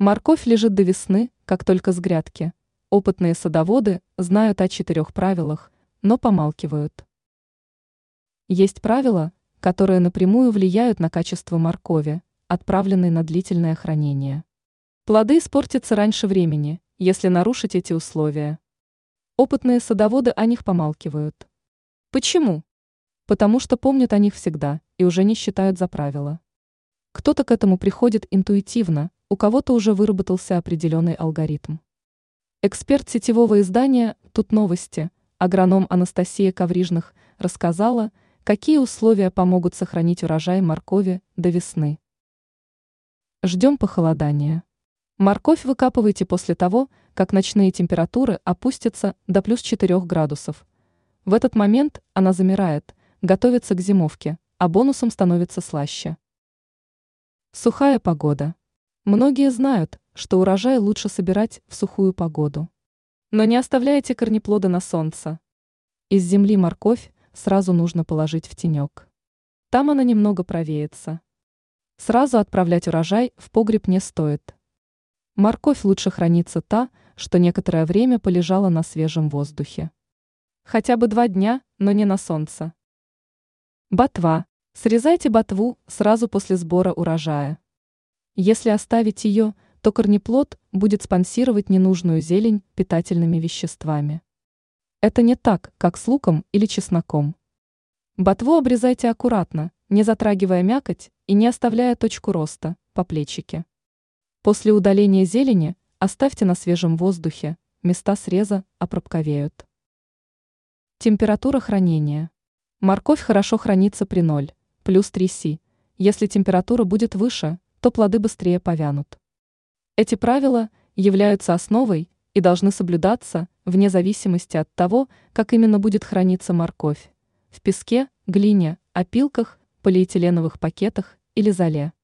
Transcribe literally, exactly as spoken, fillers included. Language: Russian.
Морковь лежит до весны, как только с грядки. Опытные садоводы знают о четырех правилах, но помалкивают. Есть правила, которые напрямую влияют на качество моркови, отправленной на длительное хранение. Плоды испортятся раньше времени, если нарушить эти условия. Опытные садоводы о них помалкивают. Почему? Потому что помнят о них всегда и уже не считают за правило. Кто-то к этому приходит интуитивно, у кого-то уже выработался определенный алгоритм. Эксперт сетевого издания «Тут новости», агроном Анастасия Коврижных, рассказала, какие условия помогут сохранить урожай моркови до весны. Ждем похолодания. Морковь выкапывайте после того, как ночные температуры опустятся до плюс четырёх градусов. В этот момент она замирает, готовится к зимовке, а бонусом становится слаще. Сухая погода. Многие знают, что урожай лучше собирать в сухую погоду. Но не оставляйте корнеплоды на солнце. Из земли морковь сразу нужно положить в тенек. Там она немного провеется. Сразу отправлять урожай в погреб не стоит. Морковь лучше хранится та, что некоторое время полежала на свежем воздухе. Хотя бы два дня, но не на солнце. Ботва. Срезайте ботву сразу после сбора урожая. Если оставить ее, то корнеплод будет спонсировать ненужную зелень питательными веществами. Это не так, как с луком или чесноком. Ботву обрезайте аккуратно, не затрагивая мякоть и не оставляя точку роста по плечике. После удаления зелени оставьте на свежем воздухе, места среза опробковеют. Температура хранения. Морковь хорошо хранится при ноль, плюс три С. Если температура будет выше, то плоды быстрее повянут. Эти правила являются основой и должны соблюдаться вне зависимости от того, как именно будет храниться морковь – в песке, глине, опилках, полиэтиленовых пакетах или золе.